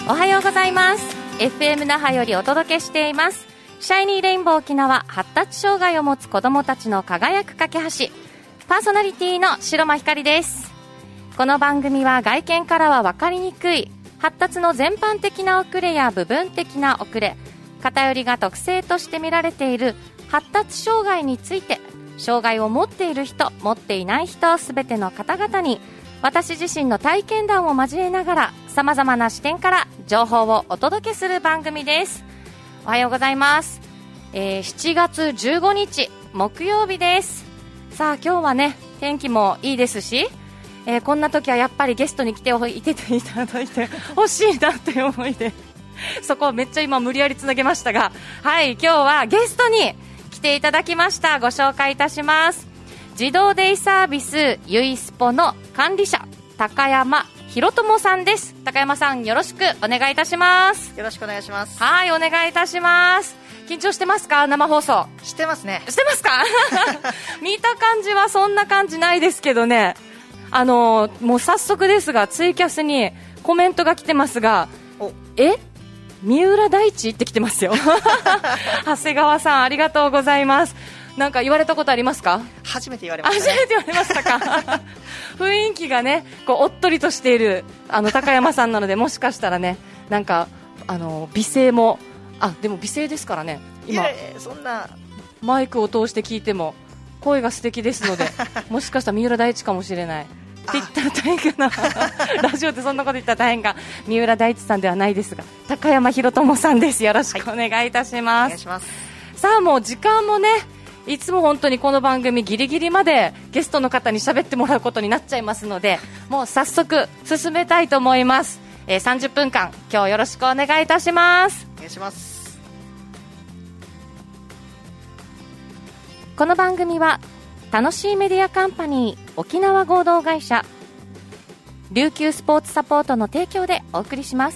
おはようございます。 FM 那覇よりお届けしていますシャイニーレインボー沖縄、発達障害を持つ子どもたちの輝く架け橋、パーソナリティの白間ひかりです。この番組は外見からは分かりにくい発達の全般的な遅れや部分的な遅れ、偏りが特性として見られている発達障害について、障害を持っている人、持っていない人、すべての方々に私自身の体験談を交えながら様々な視点から情報をお届けする番組です。おはようございます。7月15日木曜日です。さあ今日はね、天気もいいですし、こんな時はやっぱりゲストに来ていていただいてほしいなという思いでそこをめっちゃ今無理やりつなげましたが、はい、今日はゲストに来ていただきました。ご紹介いたします。児童デイサービスゆいスポの管理者、高山博友さんです。高山さん、よろしくお願いいたします。 よろしくお願いします。 はい、お願いいたします。緊張してますか？生放送してますね。 してますか？見た感じはそんな感じないですけどね。もう早速ですがツイキャスにコメントが来てますが、三浦大知って来てますよ。長谷川さん、ありがとうございます。なんか言われたことありますか？ 初めて言われましたね。 初めて言われましたか？雰囲気がね、こうおっとりとしている高山さんなので、もしかしたらね、なんか美声も、でも美声ですからね。今そんなマイクを通して聞いても声が素敵ですので、もしかしたら三浦大知かもしれないって言ったら大変かな。ラジオってそんなこと言ったら大変か。三浦大知さんではないですが、高山博友さんです。よろしくお願いいたします。 お願いします。 さあもう時間もね、いつも本当にこの番組ギリギリまでゲストの方に喋ってもらうことになっちゃいますので、もう早速進めたいと思います。30分間今日よろしくお願いいたします。 お願いします。 この番組は楽しいメディアカンパニー沖縄合同会社、琉球スポーツサポートの提供でお送りします。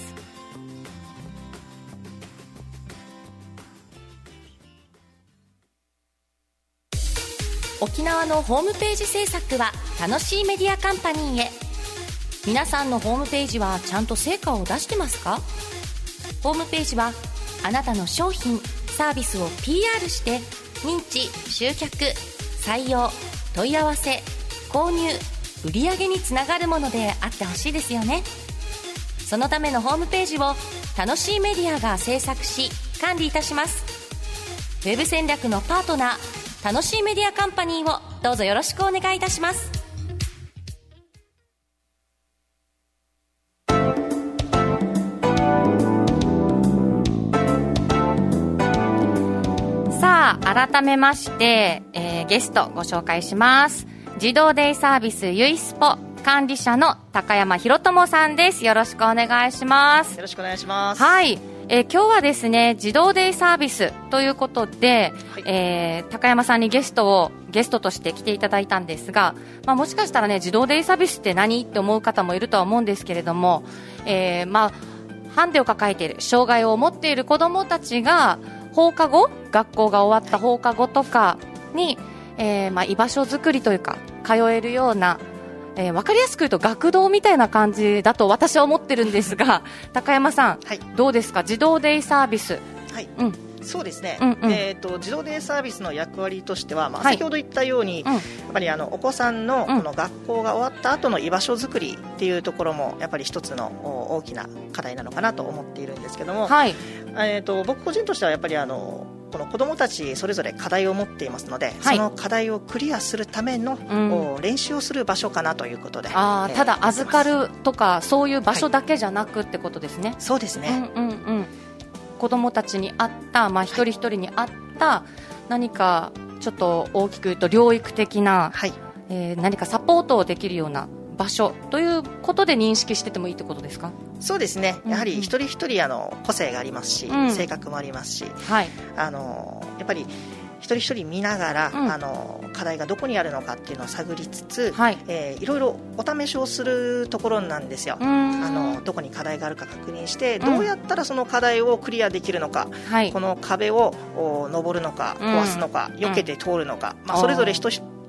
沖縄のホームページ制作は楽しいメディアカンパニーへ。皆さんのホームページはちゃんと成果を出してますか？ホームページはあなたの商品サービスを PR して認知、集客、採用、問い合わせ、購入、売上につながるものであってほしいですよね。そのためのホームページを楽しいメディアが制作し管理いたします。ウェブ戦略のパートナー楽しいメディアカンパニーをどうぞよろしくお願いいたします。さあ改めまして、ゲストご紹介します。児童デイサービスゆいスポ管理者の高山博友さんです。よろしくお願いします。 よろしくお願いします。 はい、今日はですね、児童デイサービスということで、はい、高山さんにゲストとして来ていただいたんですが、もしかしたらね、児童デイサービスって何って思う方もいるとは思うんですけれども、ハンデを抱えている、障害を持っている子どもたちが放課後、学校が終わった放課後とかに、居場所づくりというか通えるような、分かりやすく言うと学童みたいな感じだと私は思ってるんですが、高山さん、はい、どうですか、児童デイサービス。 はい、そうですね、児童デイサービスの役割としては、先ほど言ったように、やっぱりお子さんのこの学校が終わった後の居場所づくりっていうところもやっぱり一つの大きな課題なのかなと思っているんですけども、はい、僕個人としてはやっぱりこの子どもたちそれぞれ課題を持っていますので、はい、その課題をクリアするための、練習をする場所かなということで、 ただ預かるとかそういう場所だけじゃなくってことですね。はい、 そうですね、 子どもたちに合った、一人一人に合った何かちょっと大きく言うと療育的な、はい、何かサポートをできるような場所ということで認識しててもいいってことですか？ そうですね、やはり一人一人個性がありますし、性格もありますし、はい、やっぱり一人一人見ながら、課題がどこにあるのかっていうのを探りつつ、はい、いろいろお試しをするところなんですよ。どこに課題があるか確認して、どうやったらその課題をクリアできるのか、この壁を登るのか壊すのか、避けて通るのか、それぞれ人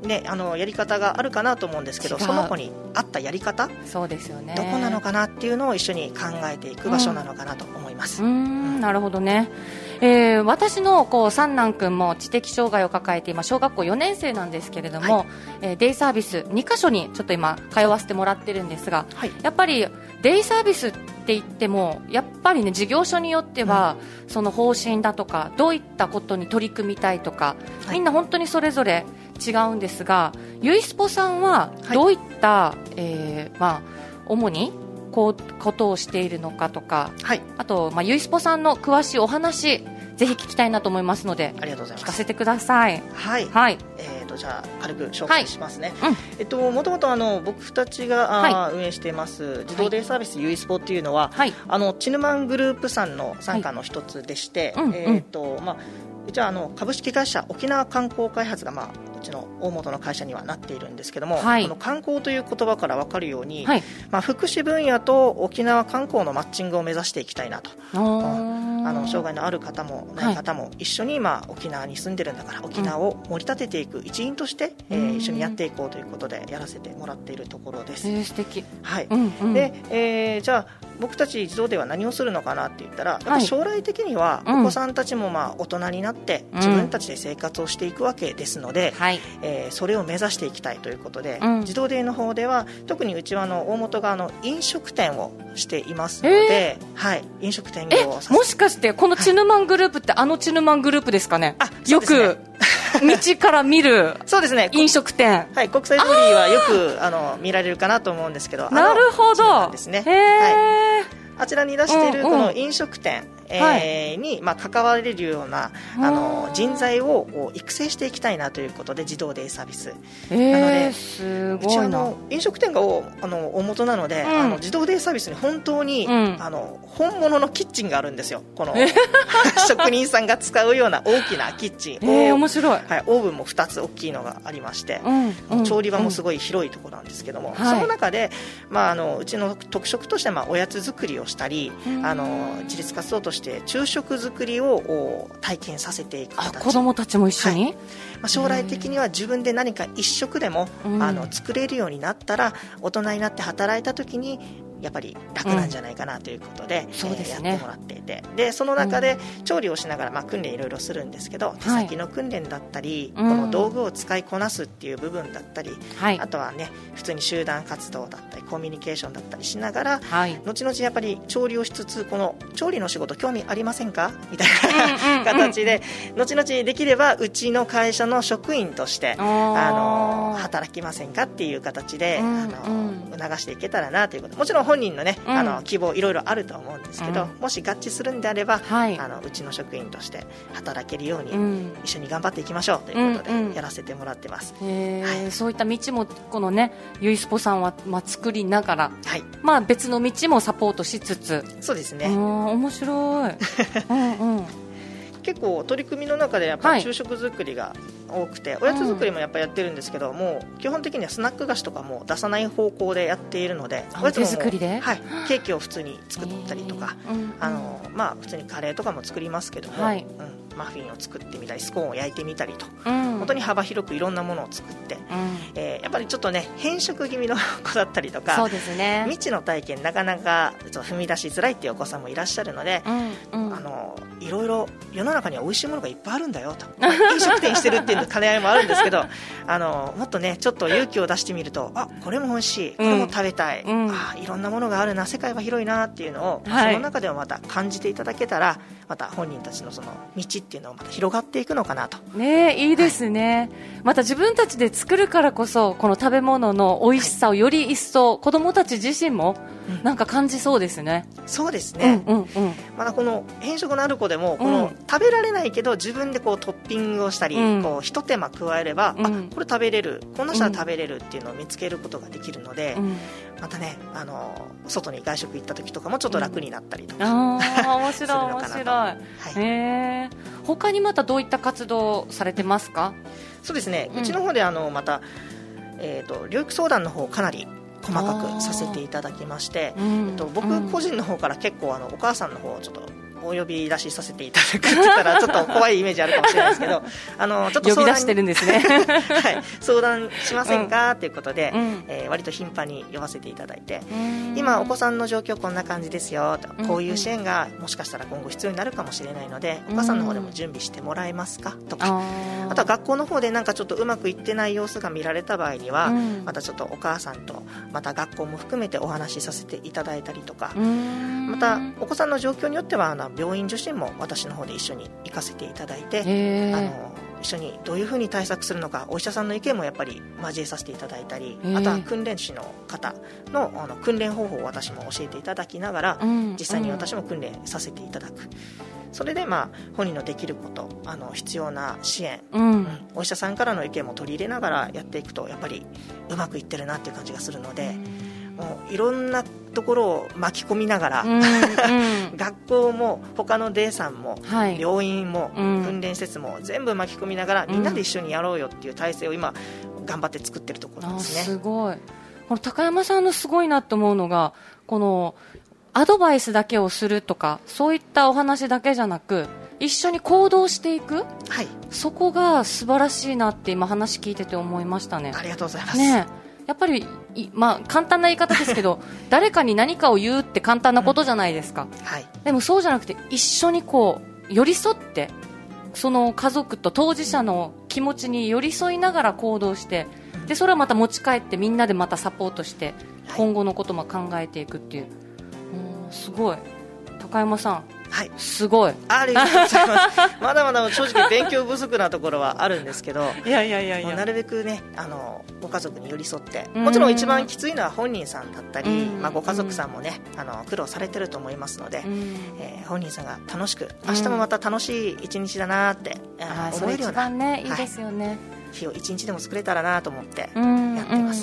ね、やり方があるかなと思うんですけど、その子に合ったやり方、 そうですよね、 どこなのかなっていうのを一緒に考えていく場所なのかなと思います。 なるほどね。私の三男君も知的障害を抱えて今小学校4年生なんですけれども、デイサービス2カ所にちょっと今通わせてもらってるんですが、やっぱりデイサービスって言ってもやっぱりね、事業所によっては、その方針だとかどういったことに取り組みたいとか、みんな本当にそれぞれ違うんですが、ゆいスポさんはどういった、主にことをしているのかとか、あと、ゆいスポさんの詳しいお話ぜひ聞きたいなと思いますので、 ありがとうございます。 聞かせてください。 じゃあ軽く紹介しますね。もともと僕たちが、運営しています児童デイサービスゆいスポっていうのは、チヌマングループさんの傘下の一つでして、うちは株式会社沖縄観光開発が、うちの大元の会社にはなっているんですけども、この観光という言葉から分かるように、福祉分野と沖縄観光のマッチングを目指していきたいなと。障害のある方もない方も一緒に、沖縄に住んでるんだから沖縄を盛り立てていく一員として、一緒にやっていこうということでやらせてもらっているところです。 素敵。 で、じゃあ僕たち児童では何をするのかなって言ったら、やっぱ将来的にはお子さんたちも大人になって自分たちで生活をしていくわけですので、それを目指していきたいということで、児童デイの方では特にうちは大元が飲食店をしていますので、飲食店業をもしかしてこのチヌマングループってチヌマングループですかね。よく道から見るそうですね、飲食店、 国際通りはよく見られるかなと思うんですけど、 なるほどですね。あちらに出しているこの飲食店に関われるような人材を育成していきたいなということで児童デイサービスなので、 すごいな。 うちは飲食店が大元なので、児童デイサービスに本当に本物のキッチンがあるんですよ。この職人さんが使うような大きなキッチン、 面白い。 オーブンも2つ大きいのがありまして、調理場もすごい広いところなんですけども、その中で、うちの特色としてはおやつ作りをしたり、自立活動として昼食作りを体験させていく形。 子どもたちも一緒に、 将来的には自分で何か一食でも作れるようになったら、大人になって働いた時にやっぱり楽なんじゃないかなということで、やってもらっていて、でその中で調理をしながら、訓練いろいろするんですけど、手先の訓練だったり、この道具を使いこなすっていう部分だったり、あとはね、普通に集団活動だったりコミュニケーションだったりしながら、後々やっぱり調理をしつつ、この調理の仕事興味ありませんかみたいな形で、後々できればうちの会社の職員として働きませんかっていう形で促していけたらなということ。もちろん本人のね、希望いろいろあると思うんですけど、もし合致するんであれば、うちの職員として働けるように一緒に頑張っていきましょうということでやらせてもらってます。 そういった道もこのね、ゆいスポさんは作りながら、別の道もサポートしつつ。 そうですね。 面白い。 結構取り組みの中でやっぱり昼食作りが多くて、おやつ作りもやっぱりやってるんですけど、もう基本的にはスナック菓子とかも出さない方向でやっているので、 おやつも作りで、 ケーキを普通に作ったりとか、普通にカレーとかも作りますけども、マフィンを作ってみたりスコーンを焼いてみたりと、本当に幅広くいろんなものを作って、やっぱりちょっとね、偏食気味の子だったりとか、未知の体験なかなか踏み出しづらいっていうお子さんもいらっしゃるので、いろいろ世の中には美味しいものがいっぱいあるんだよと、飲食店してるっていう兼ね合いもあるんですけど、もっとね、ちょっと勇気を出してみると、これも美味しい、これも食べたい、いろんなものがあるな、世界は広いなっていうのを、その中でもまた感じていただけたら、また本人たちのその道っていうのをまた広がっていくのかなと。 いいですね。また自分たちで作るからこそ、この食べ物の美味しさをより一層、子どもたち自身もなんか感じそうですね。 そうですね。まだこの偏食のある子でも、この食べられないけど自分でこうトッピングをしたり、こう一手間加えれば、これ食べれる、こんな人は食べれるっていうのを見つけることができるので、またね、外に外食行った時とかもちょっと楽になったりとか、 面白い面白い。他にまたどういった活動されてますか？ そうですね、うちの方でまた、療育相談の方をかなり細かくさせていただきまして、僕個人の方から結構お母さんの方をちょっとお呼び出しさせていただくって言ったらちょっと怖いイメージあるかもしれないですけどちょっと呼び出してるんですねはい、相談しませんかということで、割と頻繁に呼ばせていただいて、今お子さんの状況こんな感じですよと、こういう支援がもしかしたら今後必要になるかもしれないので、お母さんの方でも準備してもらえますかとか、あとは学校の方でなんかちょっとうまくいってない様子が見られた場合には、またちょっとお母さんとまた学校も含めてお話しさせていただいたりとか、またお子さんの状況によっては病院受診も私の方で一緒に行かせていただいて、一緒にどういうふうに対策するのか、お医者さんの意見もやっぱり交えさせていただいたり、あとは訓練士の方の訓練方法を私も教えていただきながら、実際に私も訓練させていただく。それで本人のできること、必要な支援、お医者さんからの意見も取り入れながらやっていくとやっぱりうまくいってるなっていう感じがするので、もういろんなところを巻き込みながら、学校も他のデイさんも、病院も、訓練施設も全部巻き込みながら、みんなで一緒にやろうよっていう体制を今頑張って作ってるところなんですね。 すごい。この高山さんのすごいなと思うのが、このアドバイスだけをするとかそういったお話だけじゃなく、一緒に行動していく、そこが素晴らしいなって今話聞いてて思いましたね。 ありがとうございます。 やっぱり簡単な言い方ですけど誰かに何かを言うって簡単なことじゃないですか、でもそうじゃなくて、一緒にこう寄り添って、その家族と当事者の気持ちに寄り添いながら行動して、でそれをまた持ち帰ってみんなでまたサポートして、今後のことも考えていくっていう、すごい。高山さん、すごい。 ありがとうございますまだまだ正直勉強不足なところはあるんですけどいやなるべくね、ご家族に寄り添って、もちろん一番きついのは本人さんだったり、ご家族さんもね、苦労されてると思いますので、本人さんが楽しく、明日もまた楽しい一日だなって思えるような、 いいですよね、 日を一日でも作れたらなと思ってやってます。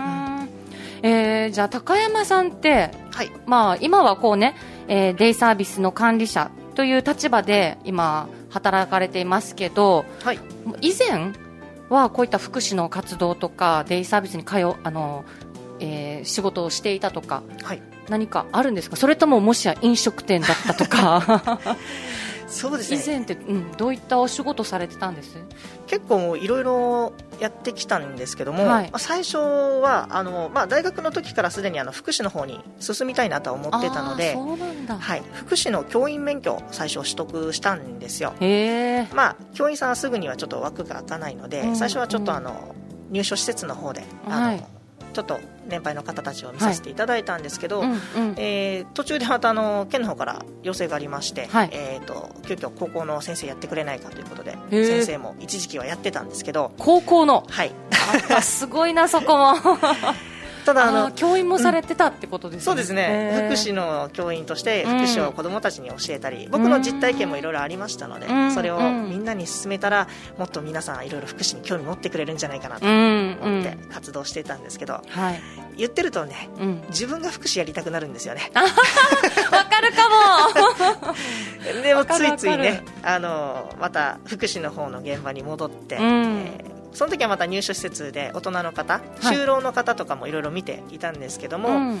じゃあ高山さんって、今はこうね、デイサービスの管理者という立場で今働かれていますけど、以前はこういった福祉の活動とかデイサービスに仕事をしていたとか、何かあるんですか？それとももしや飲食店だったとかそうですね、 以前って、どういったお仕事されてたんです？ 結構いろいろやってきたんですけども、最初は大学の時からすでに福祉の方に進みたいなとは思ってたので、福祉の教員免許を最初取得したんですよ。教員さんはすぐにはちょっと枠が開かないので、最初はちょっと入所施設の方でちょっと年配の方たちを見させていただいたんですけど、途中でまた県の方から要請がありまして、急遽高校の先生やってくれないかということで、先生も一時期はやってたんですけど、 高校の、すごいなそこもただ教員もされてたってことですね。 そうですね、福祉の教員として福祉を子どもたちに教えたり、僕の実体験もいろいろありましたので、それをみんなに勧めたら、もっと皆さんいろいろ福祉に興味持ってくれるんじゃないかなと思って活動していたんですけど、言ってるとね、自分が福祉やりたくなるんですよね。 わかるかもでもついついね、また福祉の方の現場に戻って、その時はまた入所施設で大人の方、就労の方とかもいろいろ見ていたんですけども、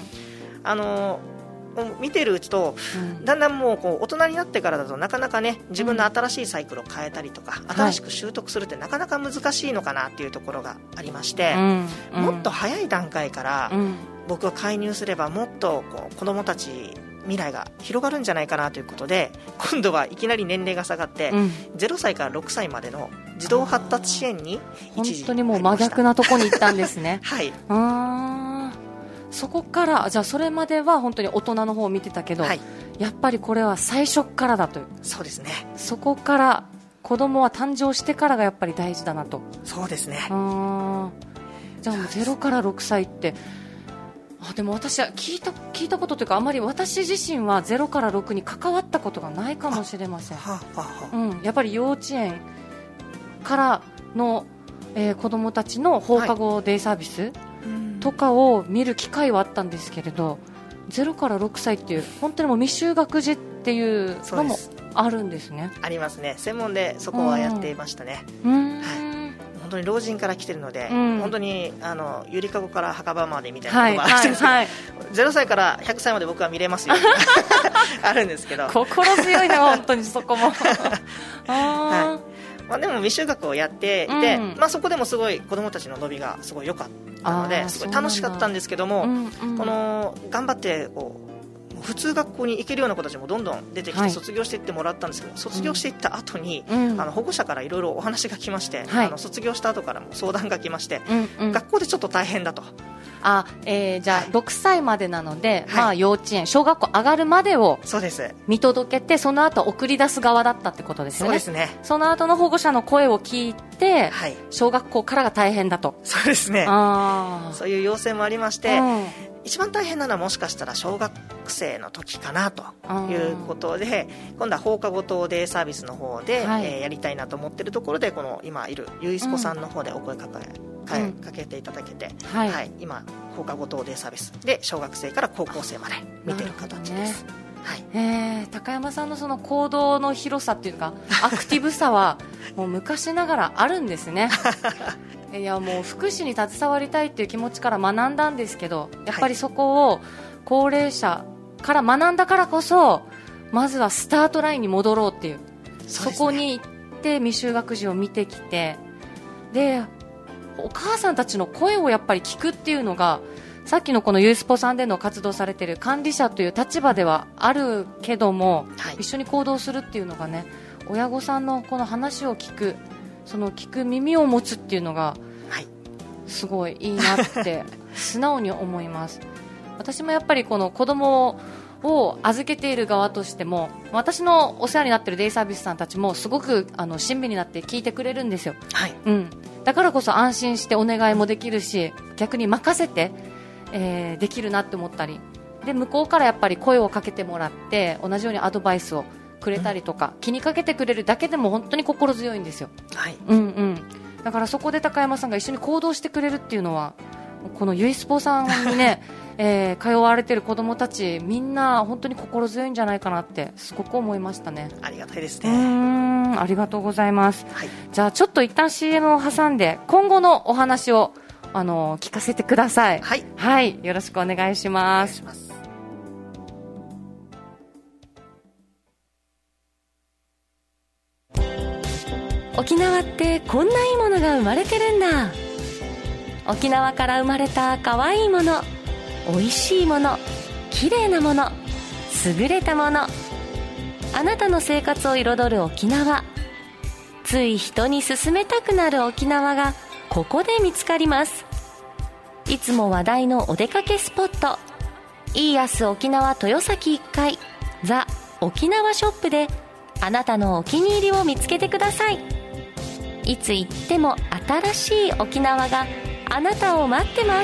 見てるうちと、だんだんもう大人になってからだとなかなかね、自分の新しいサイクルを変えたりとか、新しく習得するってなかなか難しいのかなっていうところがありまして、もっと早い段階から僕が介入すれば、もっと子どもたち未来が広がるんじゃないかなということで、今度はいきなり年齢が下がって、0歳から6歳までの児童発達支援に一時本当にもう真逆なところに行ったんですねはい、 そこからじゃあそれまでは本当に大人の方を見てたけど、やっぱりこれは最初からだという。 そうですね、 そこから子供は誕生してからがやっぱり大事だなと。 そうですね。 じゃあもう0から6歳ってでも私は聞いたことというか、あまり私自身は0から6に関わったことがないかもしれません。やっぱり幼稚園からの、子どもたちの放課後デイサービスとかを見る機会はあったんですけれど、0から6歳っていう本当にもう未就学児っていうのもあるんですね。 ありますね。専門でそこはやっていましたね。本本当に老人から来てるので、本当にゆりかごから墓場までみたいな言葉があるんですけど、0歳から100歳まで僕は見れますよあるんですけど、 心強いね本当にそこもでも未就学をやっていて、そこでもすごい子どもたちの伸びがすごい良かったので、すごい楽しかったんですけども、この頑張って普通学校に行けるような子たちもどんどん出てきて卒業していってもらったんですけど、卒業していった後に、保護者からいろいろお話が来まして、卒業した後からも相談が来まして、学校でちょっと大変だと。 じゃあ6歳までなので、幼稚園小学校上がるまでを見届けて、その後送り出す側だったってことですよね。 そうですね。 その後の保護者の声を聞いて、小学校からが大変だと。 そうですね。そういう要請もありまして、一番大変なのはもしかしたら小学生の時かなということで、今度は放課後等デイサービスの方で、やりたいなと思っているところで、この今いるゆいすこさんの方でお声かけていただけて、今放課後等デイサービスで小学生から高校生まで見てる形です。 高山さんのその行動の広さっていうかアクティブさはもう昔ながらあるんですねいやもう福祉に携わりたいっていう気持ちから学んだんですけど、やっぱりそこを高齢者から学んだからこそ、まずはスタートラインに戻ろうっていう、そこに行って未就学児を見てきて、でお母さんたちの声をやっぱり聞くっていうのが、さっきのこのユースポさんでの活動されている管理者という立場ではあるけども、一緒に行動するっていうのがね、親御さんのこの話を聞く、その聞く耳を持つっていうのがすごいいいなって素直に思います。私もやっぱりこの子供を預けている側としても、私のお世話になっているデイサービスさんたちもすごく親身になって聞いてくれるんですよ、だからこそ安心してお願いもできるし、逆に任せて、できるなって思ったりで、向こうからやっぱり声をかけてもらって同じようにアドバイスをくれたりとか、気にかけてくれるだけでも本当に心強いんですよ、だからそこで高山さんが一緒に行動してくれるっていうのは、このゆいスポさんにね通われている子どもたちみんな本当に心強いんじゃないかなってすごく思いましたね。 ありがたいですね。 ありがとうございます、じゃあちょっと一旦 CM を挟んで今後のお話を聞かせてください。よろしくお願いします。沖縄ってこんないいものが生まれてるんだ。沖縄から生まれた可愛いもの、美味しいもの、綺麗なもの、優れたもの、あなたの生活を彩る沖縄。つい人に勧めたくなる沖縄がここで見つかります。いつも話題のお出かけスポット、イーヤス沖縄豊崎1階ザ・沖縄ショップであなたのお気に入りを見つけてください。いつ行っても新しい沖縄があなたを待ってます。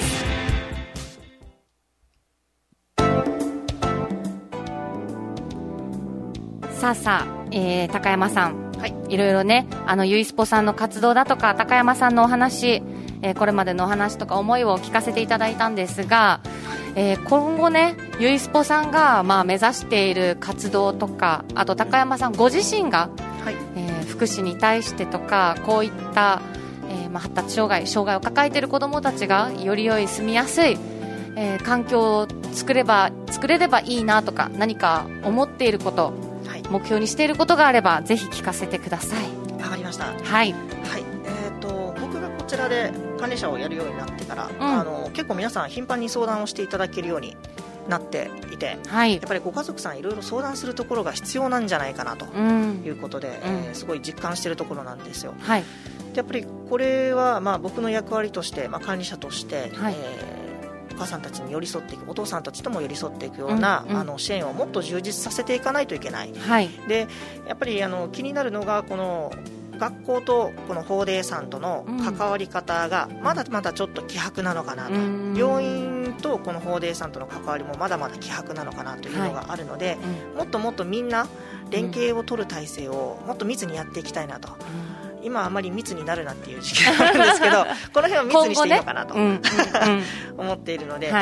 さあ、高山さん、いろいろね、ゆいスポさんの活動だとか高山さんのお話、これまでのお話とか思いを聞かせていただいたんですが、今後ね、ゆいスポさんが、目指している活動とか、あと高山さんご自身が、福祉に対してとか、こういった、発達障害を抱えている子どもたちがより良い住みやすい、環境を作れればいいなとか、何か思っていること、目標にしていることがあればぜひ聞かせてください。 わかりました。僕がこちらで管理者をやるようになってから、結構皆さん頻繁に相談をしていただけるようになっていて、やっぱりご家族さんいろいろ相談するところが必要なんじゃないかなということで、すごい実感しているところなんですよ。でやっぱりこれは僕の役割として、管理者として、お母さんたちに寄り添っていく、お父さんたちとも寄り添っていくような、支援をもっと充実させていかないといけない、でやっぱり気になるのが、この学校とこの法デイさんとの関わり方がまだまだちょっと希薄なのかなと、病院とこの法デイさんとの関わりもまだまだ希薄なのかなというのがあるので、もっともっとみんな連携を取る体制をもっと密にやっていきたいなと。今あまり密になるなっていう時期があるんですけどこの辺は密にしていいのかなと、思っているので、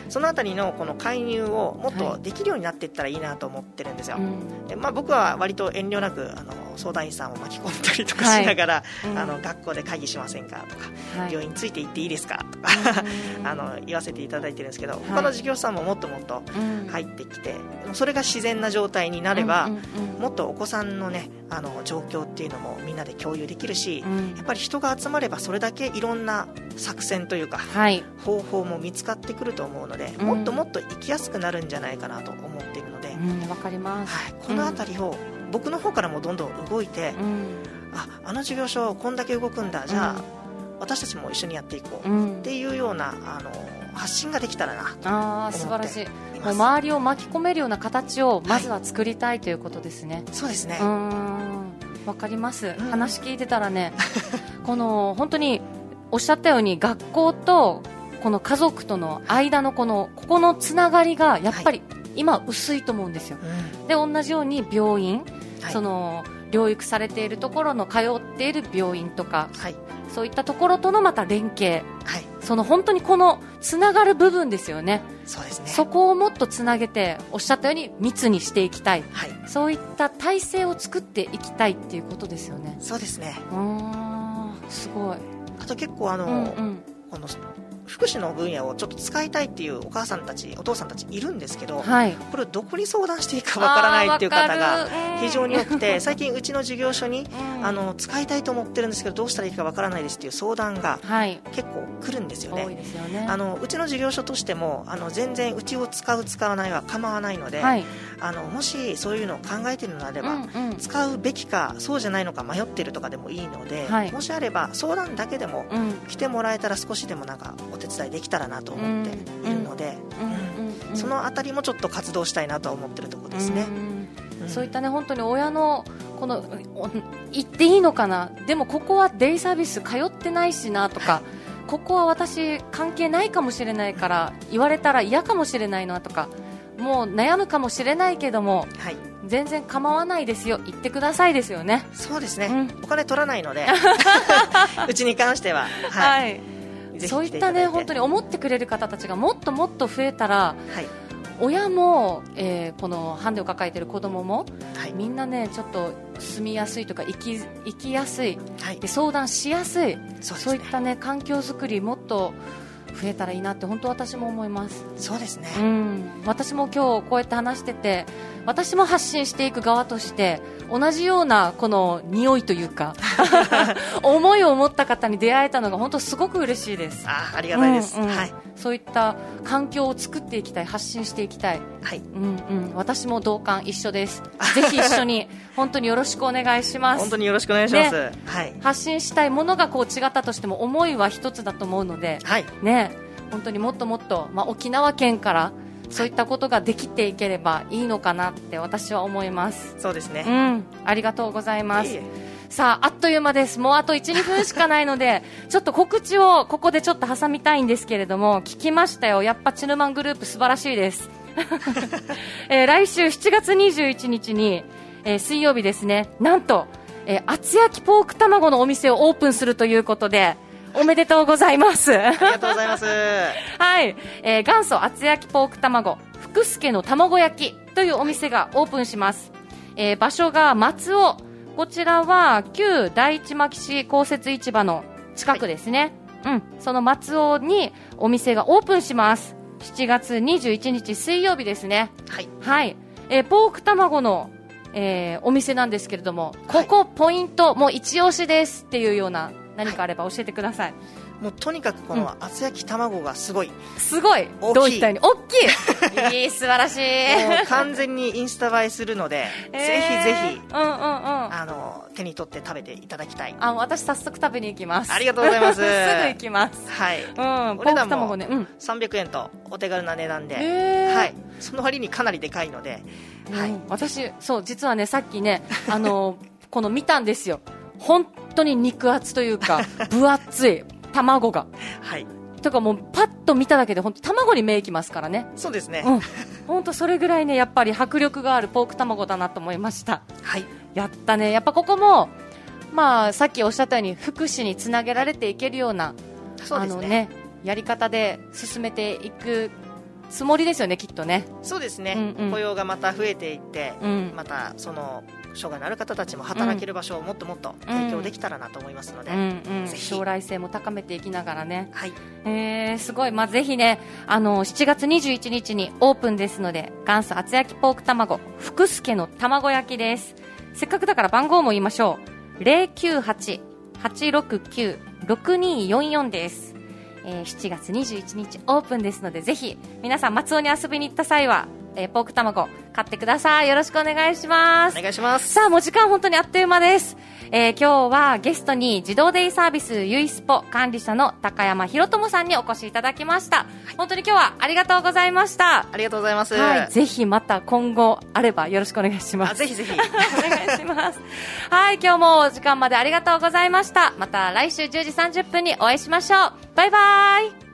そのあたりのこの介入をもっとできるようになっていったらいいなと思ってるんですよ。で僕は割と遠慮なく相談員さんを巻き込んだりとかしながら、学校で会議しませんかとか、病院ついて行っていいですかとか言わせていただいてるんですけど、他の事業者さんももっともっと入ってきて、それが自然な状態になれば、もっとお子さんのね状況っていうのもみんなで共有できるし、やっぱり人が集まればそれだけいろんな作戦というか、方法も見つかってくると思うので、もっともっと生きやすくなるんじゃないかなと思っているので、 わかります、 このあたりを僕の方からもどんどん動いて、あの事業所こんだけ動くんだ、じゃあ私たちも一緒にやっていこうっていうような発信ができたらなと思っています。 素晴らしい。もう周りを巻き込めるような形をまずは作りたいということですね。 そうですね。 わかります、話聞いてたらねこの本当におっしゃったように学校とこの家族との間のここのつながりがやっぱり今薄いと思うんですよ、で同じように病院、その療育されているところの通っている病院とか、そういったところとのまた連携、その本当にこのつながる部分ですよね。 そうですね。 そこをもっとつなげておっしゃったように密にしていきたい、そういった体制を作っていきたいっていうことですよね。 そうですね。 すごい。 あと結構この福祉の分野をちょっと使いたいっていうお母さんたちお父さんたちいるんですけど、これをどこに相談していいかわからないっていう方が非常に多くて、最近うちの事業所に使いたいと思ってるんですけどどうしたらいいかわからないですっていう相談が結構来るんですよね。 多いですよね。 うちの事業所としても全然うちを使う使わないは構わないので、もしそういうのを考えているのであれば、使うべきかそうじゃないのか迷っているとかでもいいので、もしあれば相談だけでも来てもらえたら少しでもなんかお手伝いできたらなと思っているので、そのあたりもちょっと活動したいなと思っているところですね。 そういったね本当に親のこの言っていいのかな、でもここはデイサービス通ってないしなとか、ここは私関係ないかもしれないから言われたら嫌かもしれないなとか、もう悩むかもしれないけども、全然構わないですよ、言ってくださいですよね。 そうですね、お金取らないのでうちに関しては、 そういったね本当に思ってくれる方たちがもっともっと増えたら、親も、このハンデを抱えている子供も、みんなねちょっと住みやすいとか生きやすい、で相談しやすい、そういったね環境づくりもっと増えたらいいなって本当私も思います。 そうですね、 私も今日こうやって話してて、私も発信していく側として同じようなこの匂いというか思いを持った方に出会えたのが本当すごく嬉しいです。 ありがたいです、 そういった環境を作っていきたい、発信していきたい、私も同感一緒です。ぜひ一緒に本当によろしくお願いします。 本当によろしくお願いします、 発信したいものがこう違ったとしても思いは一つだと思うので、本当にもっともっと、沖縄県からそういったことができていければいいのかなって私は思います。 そうですね、 ありがとうございます。さあ、あっという間です。もうあと 1,2 分しかないのでちょっと告知をここでちょっと挟みたいんですけれども、聞きましたよ、やっぱチヌマングループ素晴らしいです来週7月21日に、水曜日ですね、なんと、厚焼きポーク卵のお店をオープンするということでおめでとうございますありがとうございます元祖厚焼きポーク卵福助の卵焼きというお店がオープンします、場所が松尾、こちらは旧第一牧市公設市場の近くですね、その松尾にお店がオープンします。7月21日水曜日ですね。ポーク卵の、お店なんですけれども、ここポイント、もう一押しですっていうような何かあれば教えてください。 もうとにかくこの厚焼き卵がすごい、 どういったように大きいいい、素晴らしいもう完全にインスタ映えするので、ぜひぜひ、手に取って食べていただきたい。 私早速食べに行きます。 ありがとうございますすぐ行きます。 お値段も300円とお手軽な値段で、その割にかなりでかいので、 私実はねさっきねこの見たんですよ。本当に肉厚というか分厚い卵が、とかもうパッと見ただけで本当卵に目いきますからね。 そうですね、 本当それぐらいねやっぱり迫力があるポーク卵だなと思いました。やったね。やっぱここもさっきおっしゃったように福祉につなげられていけるようなやり方で進めていくつもりですよね、きっとね。 そうですね、雇用がまた増えていって、またその障害のある方たちも働ける場所をもっともっと提供できたらなと思いますので、ぜひ将来性も高めていきながらね、 はいすごい、ぜひね、7月21日にオープンですので、元祖厚焼きポーク卵福助の卵焼きです。せっかくだから番号も言いましょう。 098-869-6244 です。7月21日オープンですので、ぜひ皆さん松尾に遊びに行った際は、ポーク卵買ってください。よろしくお願いします。 お願いします。 さあ、もう時間本当にあっという間です。今日はゲストに自動デイサービスユイスポ管理者の高山博友さんにお越しいただきました。本当に今日はありがとうございました。 ありがとうございます。 はい、ぜひまた今後あればよろしくお願いします。 ぜひぜひお願いします。はい、今日もお時間までありがとうございました。また来週10時30分にお会いしましょう。バイバイ。